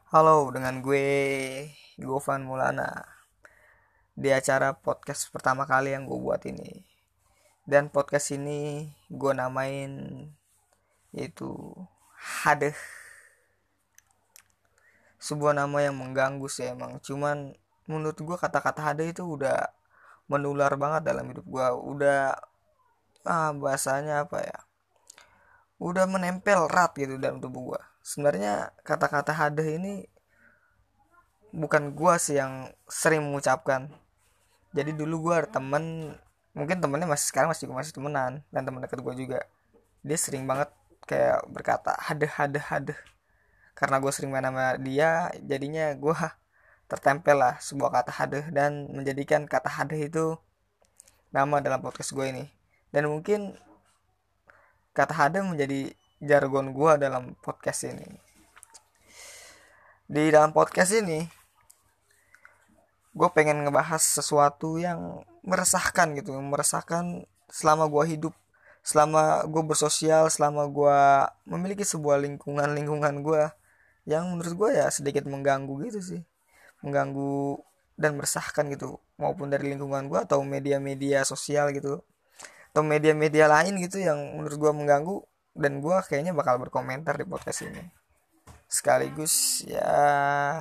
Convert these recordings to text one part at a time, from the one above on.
Halo, dengan gue Govan Mulana di acara podcast pertama kali yang gue buat ini. Dan podcast ini gue namain yaitu Hadeh. Sebuah nama yang mengganggu sih emang. Cuman menurut gue kata-kata Hadeh itu udah menular banget dalam hidup gue. Udah bahasanya apa ya? Udah menempel erat gitu dalam tubuh gue. Sebenarnya kata-kata Hadeh ini bukan gue sih yang sering mengucapkan. Jadi dulu gue ada temen, mungkin temennya masih sekarang masih temenan, dan temen deket gue juga, dia sering banget kayak berkata hadeh hadeh hadeh. Karena gue sering main sama dia, jadinya gue tertempel lah sebuah kata hadeh, dan menjadikan kata hadeh itu nama dalam podcast gue ini. Dan mungkin kata hadeh menjadi jargon gue dalam podcast ini. Di dalam podcast ini gue pengen ngebahas sesuatu yang meresahkan gitu, meresahkan selama gue hidup, selama gue bersosial, selama gue memiliki sebuah lingkungan gue yang menurut gue ya sedikit mengganggu gitu sih, mengganggu dan meresahkan gitu, maupun dari lingkungan gue atau media-media sosial gitu, atau media-media lain gitu yang menurut gue mengganggu. Dan gue kayaknya bakal berkomentar di podcast ini, sekaligus ya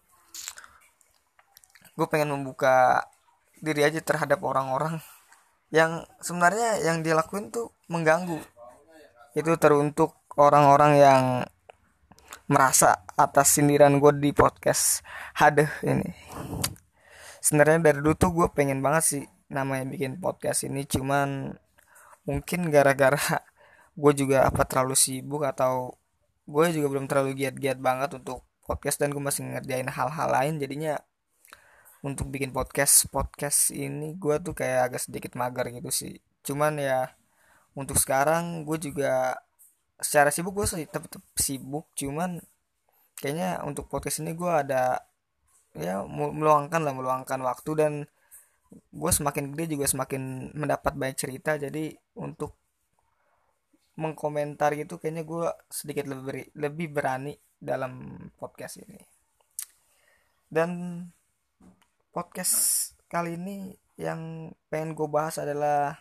gue pengen membuka diri aja terhadap orang-orang yang sebenarnya yang dia lakuin tuh mengganggu. Itu teruntuk orang-orang yang merasa atas sindiran gue di podcast hadeh ini. Sebenarnya dari dulu tuh gue pengen banget sih namanya bikin podcast ini, cuman mungkin gara-gara gue juga apa terlalu sibuk, atau gue juga belum terlalu giat-giat banget untuk podcast, dan gue masih ngerjain hal-hal lain, jadinya untuk bikin podcast podcast ini gue tuh kayak agak sedikit mager gitu sih. Cuman ya untuk sekarang gue juga secara sibuk, gue tetap sibuk, cuman kayaknya untuk podcast ini gue ada ya meluangkan waktu, dan gue semakin gede juga semakin mendapat banyak cerita, jadi untuk mengkomentar gitu kayaknya gue sedikit lebih berani dalam podcast ini. Dan podcast kali ini yang pengen gue bahas adalah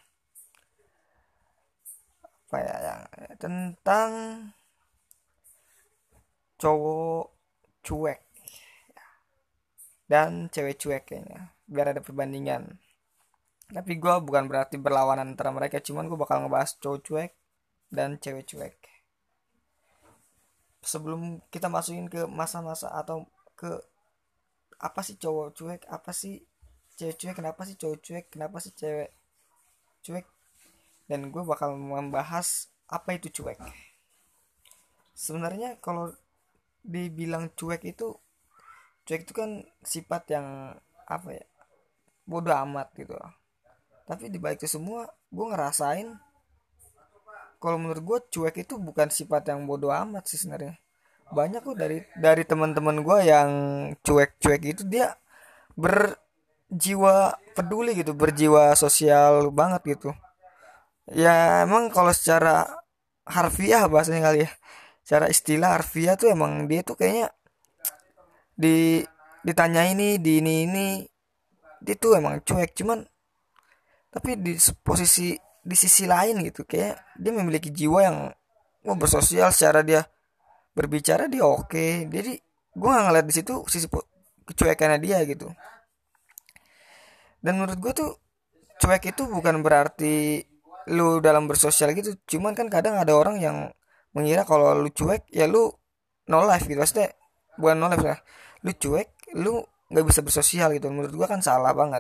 apa ya, yang tentang cowok cuek dan cewek cuek, kayaknya biar ada perbandingan. Tapi gue bukan berarti berlawanan antara mereka, cuman gue bakal ngebahas cowok cuek dan cewek cuek. Sebelum kita masukin ke masa-masa atau ke apa sih cowok cuek, apa sih cewek cuek, kenapa sih cowok cuek, kenapa sih cewek cuek, dan gue bakal membahas apa itu cuek. Sebenarnya kalau dibilang cuek itu kan sifat yang apa ya, bodoh amat gitu. Tapi di balik itu semua gue ngerasain kalau menurut gue cuek itu bukan sifat yang bodoh amat sih sebenarnya. Banyak kok dari teman-teman gue yang cuek-cuek itu dia berjiwa peduli gitu, berjiwa sosial banget gitu. Ya emang kalau secara harfiah bahasanya kali ya, secara istilah harfiah tuh emang dia tuh kayaknya di ditanya ini dia tuh emang cuek. Cuman tapi di sisi lain gitu, kayak dia memiliki jiwa yang mau bersosial, secara dia berbicara dia oke. Jadi gue nggak ngeliat di situ sisi kecuekannya dia gitu. Dan menurut gue tuh cuek itu bukan berarti lu dalam bersosial gitu. Cuman kan kadang ada orang yang mengira kalau lu cuek ya lu no life gitu, maksudnya bukan no life lah, lu cuek lu nggak bisa bersosial gitu. Menurut gua kan salah banget.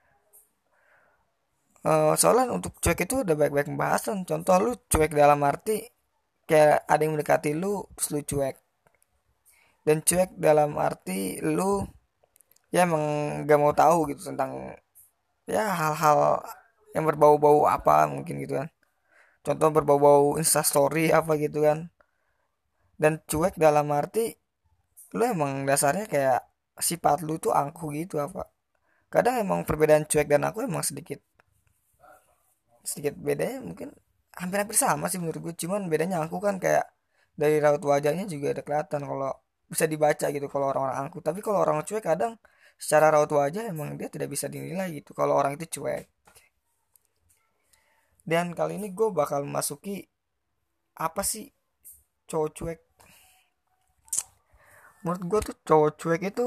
Soalnya untuk cuek itu udah baik-baik pembahasan. Contoh lu cuek dalam arti kayak ada yang mendekati lu terus lu cuek, dan cuek dalam arti lu ya emang gak mau tahu gitu tentang ya hal-hal yang berbau-bau apa mungkin gitu kan. Contoh berbau-bau instastory apa gitu kan. Dan cuek dalam arti lu emang dasarnya kayak sifat lu tuh angkuh gitu apa. Kadang emang perbedaan cuek dan aku emang sedikit sedikit bedanya, mungkin hampir-hampir sama sih menurut gue. Cuman bedanya aku kan kayak dari raut wajahnya juga ada kelihatan kalau bisa dibaca gitu kalau orang-orang angkuh. Tapi kalau orang cuek kadang secara raut wajah emang dia tidak bisa dinilai gitu kalau orang itu cuek. Dan kali ini gue bakal memasuki apa sih cowok cuek. Menurut gue tuh cowok cuek itu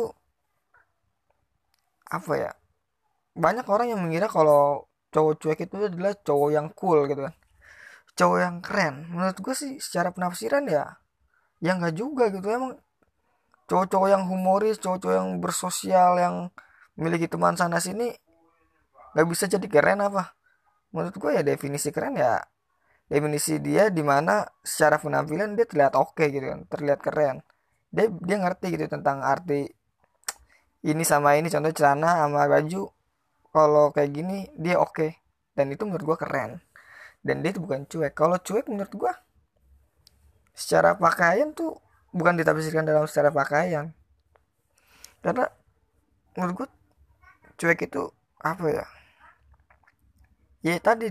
apa ya, banyak orang yang mengira kalau cowok cuek itu adalah cowok yang cool gitu kan, cowok yang keren. Menurut gue sih secara penafsiran ya, ya nggak juga gitu. Emang cowok-cowok yang humoris, cowok-cowok yang bersosial, yang memiliki teman sana sini nggak bisa jadi keren apa? Menurut gue ya definisi keren ya definisi dia dimana secara penampilan dia terlihat oke gitu kan, terlihat keren. Dia ngerti gitu tentang arti ini sama ini, contoh celana sama baju kalau kayak gini dia oke. Dan itu menurut gue keren, dan dia itu bukan cuek. Kalau cuek menurut gue secara pakaian tuh bukan ditafsirkan dalam secara pakaian, karena menurut gue cuek itu apa ya, ya tadi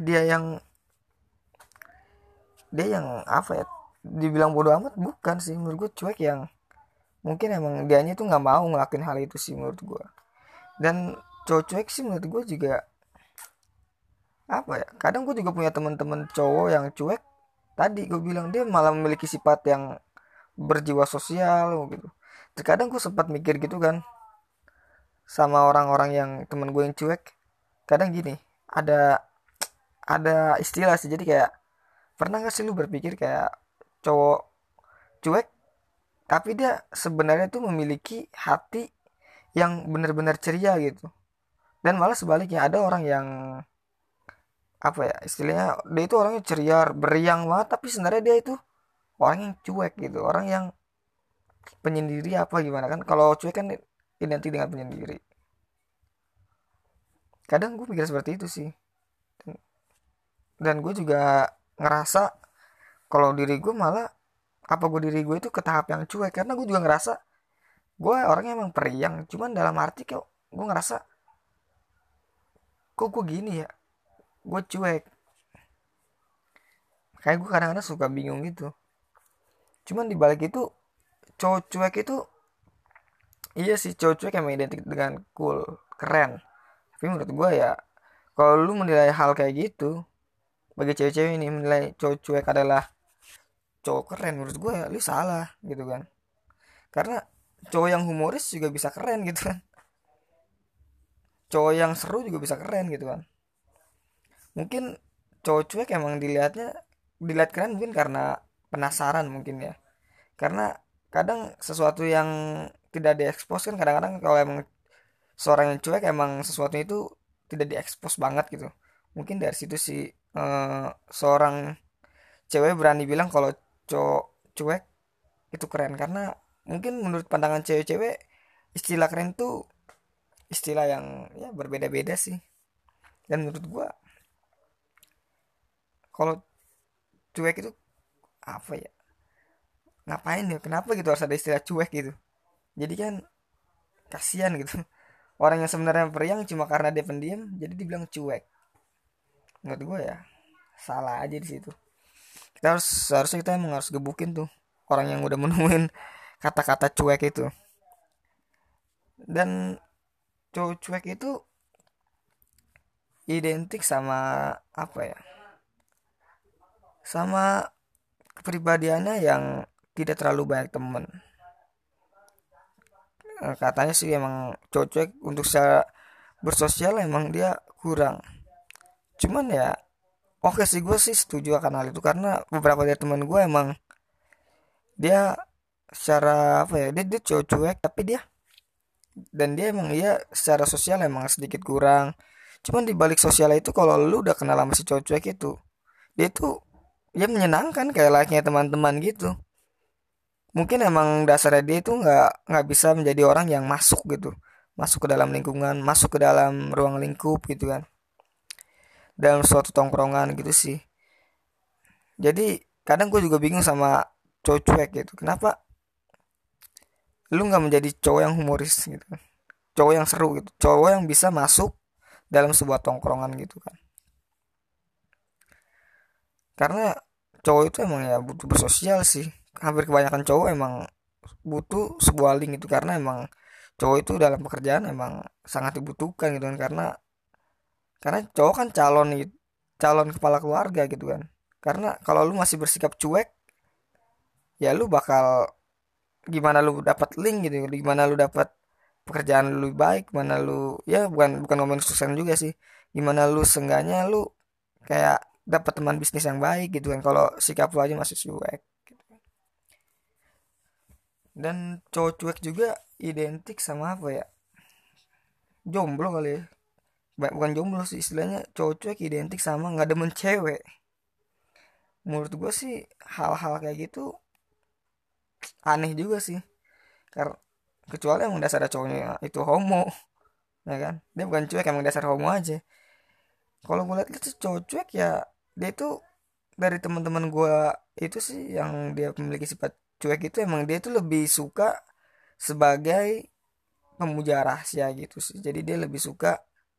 dia yang apa ya, dibilang bodoh amat bukan sih. Menurut gue cuek yang mungkin emang dianya tuh nggak mau ngelakuin hal itu sih menurut gue. Dan cowok cuek sih menurut gue juga apa ya, kadang gue juga punya teman-teman cowok yang cuek. Tadi gue bilang dia malah memiliki sifat yang berjiwa sosial gitu. Terkadang gue sempat mikir gitu kan sama orang-orang yang temen gue yang cuek. Kadang gini, ada istilah sih, jadi kayak pernah gak sih lu berpikir kayak cowok cuek tapi dia sebenarnya tuh memiliki hati yang benar-benar ceria gitu. Dan malah sebaliknya ada orang yang apa ya istilahnya, dia itu orangnya ceria beriang banget tapi sebenarnya dia itu orang yang cuek gitu, orang yang penyendiri apa gimana kan. Kalau cuek kan identik dengan penyendiri. Kadang gue mikir seperti itu sih. Dan gue juga ngerasa kalau diri gue malah, apa gue diri gue itu ke tahap yang cuek, karena gue juga ngerasa gue orangnya emang periang, cuman dalam arti kayak gue ngerasa kok gue gini ya, gue cuek. Kayak gue kadang-kadang suka bingung gitu. Cuman dibalik itu cowok cuek itu, iya sih cowok cuek emang identik dengan cool, keren. Tapi menurut gue ya, kalau lu menilai hal kayak gitu, bagi cewek-cewek ini menilai cowok cuek adalah cowok keren, menurut gue ya lu salah gitu kan. Karena cowok yang humoris juga bisa keren gitu kan, cowok yang seru juga bisa keren gitu kan. Mungkin cowok cuek emang dilihat keren mungkin karena penasaran mungkin ya. Karena kadang sesuatu yang tidak diekspos kan, kadang-kadang kalau emang seorang yang cuek emang sesuatu itu tidak diekspos banget gitu. Mungkin dari situ sih seorang cewek berani bilang kalau cowok cuek itu keren, karena mungkin menurut pandangan cewek-cewek istilah keren tuh istilah yang ya berbeda-beda sih. Dan menurut gua kalau cuek itu apa ya, ngapain ya, kenapa gitu harus ada istilah cuek gitu. Jadi kan kasihan gitu. Orang yang sebenarnya periang cuma karena dia pendiam jadi dibilang cuek. Menurut gue ya salah aja di situ. Seharusnya kita emang harus gebukin tuh orang yang udah menemuin kata-kata cuek itu. Dan cowok cuek itu identik sama apa ya, sama kepribadiannya yang tidak terlalu banyak temen. Katanya sih emang cowok cuek untuk secara bersosial emang dia kurang. Cuman ya oke sih, gue sih setuju akan hal itu, karena beberapa dari teman gue emang dia secara apa ya, dia cowok cuek tapi dia, dan dia emang iya secara sosial emang sedikit kurang. Cuman di balik sosial itu kalau lu udah kenal sama si cowok cuek itu, dia tuh ya menyenangkan kayak layaknya teman-teman gitu. Mungkin emang dasarnya dia itu nggak bisa menjadi orang yang masuk gitu, masuk ke dalam lingkungan, masuk ke dalam ruang lingkup gitu kan, dalam suatu tongkrongan gitu sih. Jadi kadang gue juga bingung sama cowok cuek gitu, kenapa lu nggak menjadi cowok yang humoris gitu kan, cowok yang seru gitu, cowok yang bisa masuk dalam sebuah tongkrongan gitu kan. Karena cowok itu emang ya butuh bersosial sih, hampir kebanyakan cowok emang butuh sebuah link itu, karena emang cowok itu dalam pekerjaan emang sangat dibutuhkan gitu kan, karena cowok kan calon kepala keluarga gitu kan. Karena kalau lu masih bersikap cuek, ya lu bakal gimana lu dapat link gitu, gimana lu dapat pekerjaan lu lebih baik, gimana lu, ya bukan bukan ngomongin sukses juga sih, gimana lu seenggaknya lu kayak dapat teman bisnis yang baik gitu kan, kalau sikap lu aja masih cuek. Dan cowok cuek juga identik sama apa ya, jomblo kali ya. Bukan jomblo sih, istilahnya cowok cuek identik sama nggak demen cewek. Menurut gue sih hal-hal kayak gitu aneh juga sih. Karena kecuali emang dasar cowoknya itu homo, ya kan, dia bukan cuek, emang dasar homo aja. Kalau gue lihat itu cowok cuek ya, dia itu dari teman-teman gue itu sih yang dia memiliki sifat cuek itu, emang dia itu lebih suka sebagai pemuja rahasia gitu sih. Jadi dia lebih suka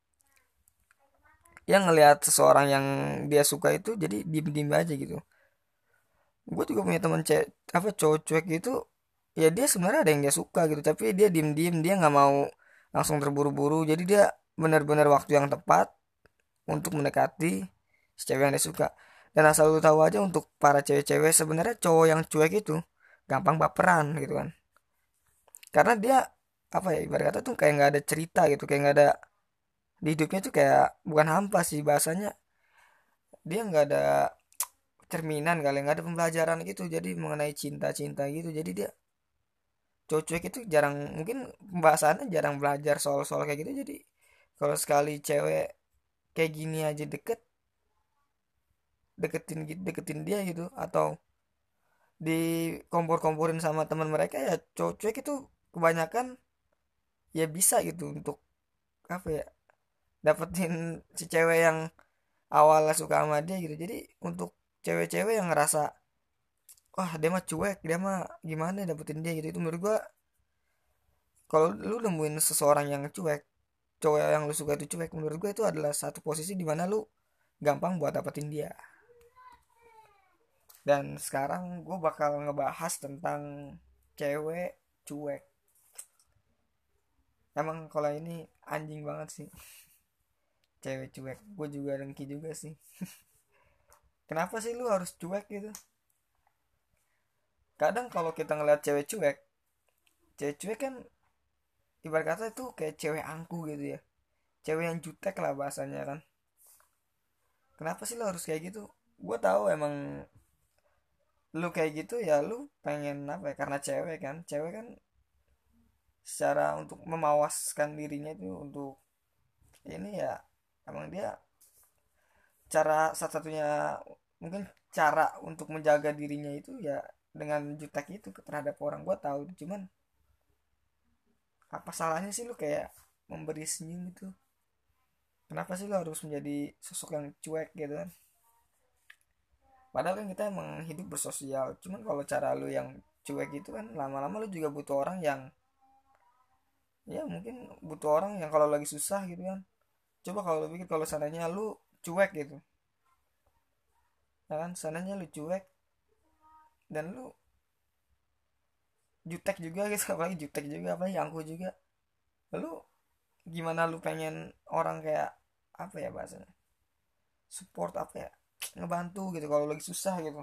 yang ngelihat seseorang yang dia suka itu jadi diem-diem aja gitu. Gue juga punya teman apa cowok cuek gitu, ya dia sebenarnya ada yang dia suka gitu, tapi dia diem-diem, dia nggak mau langsung terburu-buru, jadi dia benar-benar waktu yang tepat untuk mendekati si cewek yang dia suka. Dan asal lu tahu aja, untuk para cewek-cewek sebenarnya cowok yang cuek itu gampang baperan gitu kan, karena dia apa ya, ibarat kata tuh kayak nggak ada cerita gitu, kayak nggak ada di hidupnya tuh, kayak bukan hampa sih bahasanya, dia nggak ada cerminan kali, nggak ada pembelajaran gitu jadi mengenai cinta-cinta gitu. Jadi dia cowok cuek itu jarang, mungkin pembahasannya jarang belajar soal-soal kayak gitu. Jadi kalau sekali cewek kayak gini aja deketin dia gitu, atau di kompor-komporin sama teman mereka, ya cowok cuek itu kebanyakan ya bisa gitu untuk apa ya, dapetin si cewek yang awalnya suka sama dia gitu. Jadi untuk cewek-cewek yang ngerasa wah dia mah cuek, dia mah gimana ya dapetin dia gitu, itu menurut gua, kalau lu nemuin seseorang yang cuek, cowok yang lu suka itu cuek, menurut gua itu adalah satu posisi di mana lu gampang buat dapetin dia. Dan sekarang gue bakal ngebahas tentang cewek cuek. Emang kalau ini anjing banget sih, cewek cuek. Gue juga dengki juga sih. Kenapa sih lu harus cuek gitu? Kadang kalau kita ngeliat cewek cuek kan ibarat kata itu kayak cewek angku gitu ya. Cewek yang jutek lah bahasanya kan. Kenapa sih lu harus kayak gitu? Gue tahu emang lu kayak gitu ya, lu pengen apa ya, karena cewek kan secara untuk memawaskan dirinya itu untuk ini ya, emang dia cara satu-satunya mungkin cara untuk menjaga dirinya itu ya dengan jutek itu terhadap orang. Gua tahu, cuman apa salahnya sih lu kayak memberi senyum itu? Kenapa sih lu harus menjadi sosok yang cuek gitu kan? Padahal kan kita emang hidup bersosial, cuman kalau cara lu yang cuek gitu kan, lama-lama lu juga butuh orang yang, ya mungkin butuh orang yang kalau lagi susah gitu kan. Coba kalau lu pikir, kalau seandainya lu cuek gitu, ya kan, seandainya lu cuek dan lu jutek juga gitu, apalagi jutek juga, apalagi angkuh juga, lalu gimana lu pengen orang kayak apa ya bahasanya, support apa ya, ngebantu gitu kalau lagi susah gitu.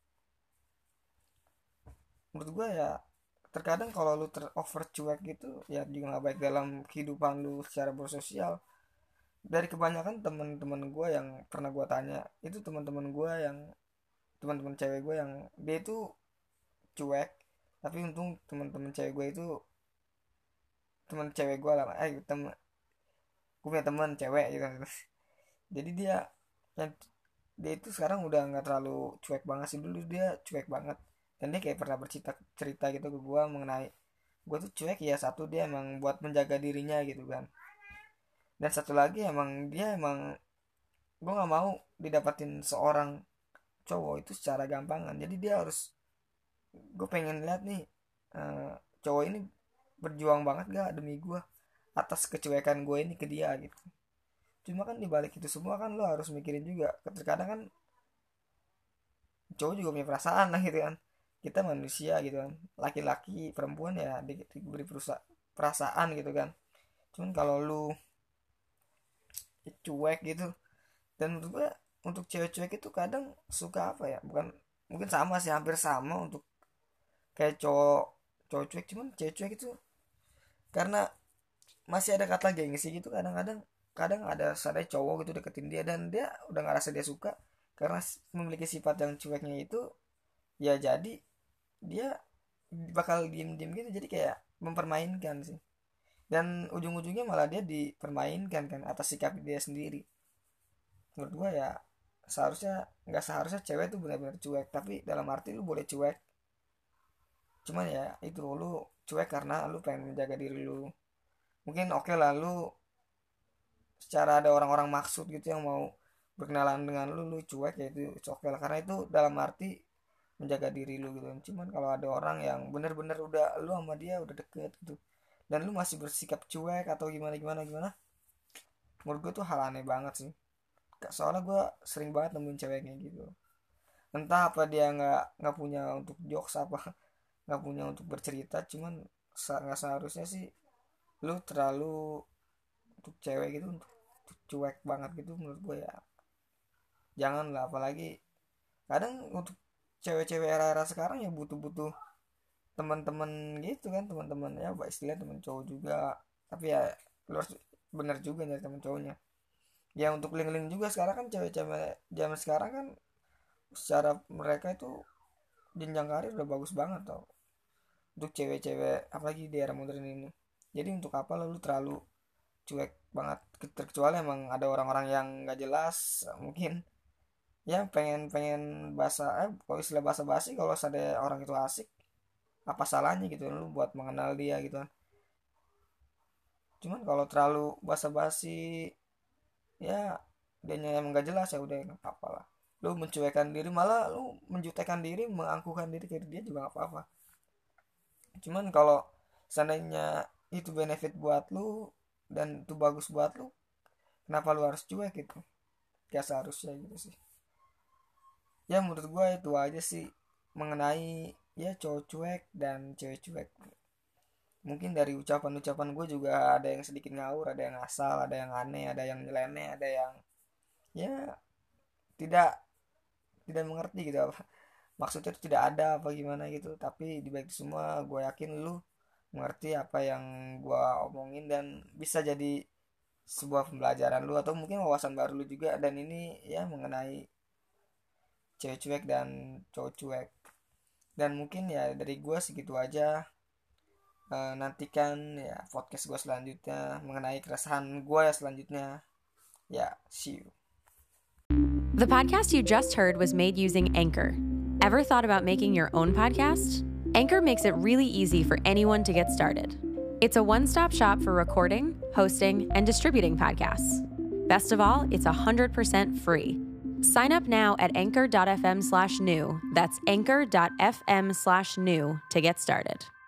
Menurut gua ya terkadang kalau lu over cuek gitu ya juga nggak baik dalam kehidupan lu secara bersosial. Dari kebanyakan teman-teman gua yang pernah gua tanya, itu teman-teman gua yang teman-teman cewek gue yang dia itu cuek, tapi untung teman-teman cewek gue itu, teman cewek gue lah, temen gue punya teman cewek gitu kan. Jadi dia yang dia itu sekarang udah nggak terlalu cuek banget sih, dulu dia cuek banget. Dan dia kayak pernah bercerita cerita gitu ke gue mengenai gue tuh cuek ya, satu dia emang buat menjaga dirinya gitu kan, dan satu lagi emang dia emang gue nggak mau didapatin seorang cowok itu secara gampangan. Jadi dia harus, gue pengen lihat nih, eh, cowok ini berjuang banget gak demi gue atas kecuekan gue ini ke dia gitu. Cuma kan dibalik itu semua kan lo harus mikirin juga, terkadang kan cowok juga punya perasaan lah gitu kan. kita manusia gitu kan, laki-laki perempuan ya diberi perasaan gitu kan. Cuman kalau lu cuek gitu, dan menurut gue untuk cewek cuek itu kadang suka apa ya, bukan, mungkin sama sih, hampir sama untuk kayak cowok cowok cuek. Cuman cewek cuek itu karena masih ada kata gengsi gitu, kadang ada sadar cowok gitu deketin dia dan dia udah ngerasa dia suka karena memiliki sifat yang cueknya itu, ya jadi dia bakal diem-diem gitu, jadi kayak mempermainkan sih, dan ujung-ujungnya malah dia dipermainkan kan atas sikap dia sendiri. Menurut gua ya seharusnya, nggak seharusnya cewek tuh benar-benar cuek, tapi dalam arti lu boleh cuek, cuman ya itu lu cuek karena lu pengen menjaga diri lu. Mungkin oke lah lu secara ada orang-orang maksud gitu yang mau berkenalan dengan lu cuek, ya itu oke lah, karena itu dalam arti menjaga diri lu gitu. Cuman kalau ada orang yang bener-bener udah lu sama dia udah deket gitu dan lu masih bersikap cuek atau gimana gimana gimana, menurut gue tuh hal aneh banget sih. Soalnya gue sering banget nemuin cewek kayak gitu, entah apa dia nggak punya untuk jokes apa, nggak punya untuk bercerita. Cuman nggak seharusnya sih lu terlalu untuk cewek gitu, untuk cuek banget gitu. Menurut gue ya jangan lah, apalagi kadang untuk cewek-cewek era-era sekarang ya butuh-butuh teman-teman gitu kan, teman-teman ya istilah teman cowok juga, tapi ya lu harus bener juga nyari teman cowoknya. Ya untuk link-link juga sekarang kan, cewek-cewek zaman sekarang kan secara mereka itu jenjang karir udah bagus banget tau, untuk cewek-cewek apalagi di era modern ini. Jadi untuk apa lalu terlalu cuek banget, kecuali emang ada orang-orang yang nggak jelas mungkin ya pengen pengen bahasa kalau istilah bahasa basi, kalau ada orang itu asik apa salahnya gitu lu buat mengenal dia gitu kan. Cuman kalau terlalu basa basi ya dia emang gak jelas, ya udah nggak apa lah, lu mencuekkan diri, malah lu menjutekan diri, mengangkuhkan diri ke dia juga nggak apa-apa. Cuman kalau seandainya itu benefit buat lu dan itu bagus buat lu, kenapa lu harus cuek gitu, gak seharusnya gitu sih. Ya menurut gue itu aja sih mengenai ya cowok cuek dan cewek cuek. Mungkin dari ucapan-ucapan gue juga ada yang sedikit ngawur, ada yang asal, ada yang aneh, ada yang nyeleneh, ada yang ya tidak tidak mengerti gitu apa maksudnya, itu tidak ada apa gimana gitu. Tapi di balik itu semua gue yakin lu mengerti apa yang gue omongin dan bisa jadi sebuah pembelajaran lu atau mungkin wawasan baru lu juga. Dan ini ya mengenai cewek cuek dan cowok cuek. Dan mungkin ya dari gue segitu aja. Nantikan ya podcast gue selanjutnya mengenai keresahan gue ya selanjutnya. Ya, see you. The podcast you just heard was made using Anchor. Ever thought about making your own podcast? Anchor makes it really easy for anyone to get started. It's a one-stop shop for recording, hosting, and distributing podcasts. Best of all, it's 100% free. Sign up now at anchor.fm/new. That's anchor.fm/new to get started.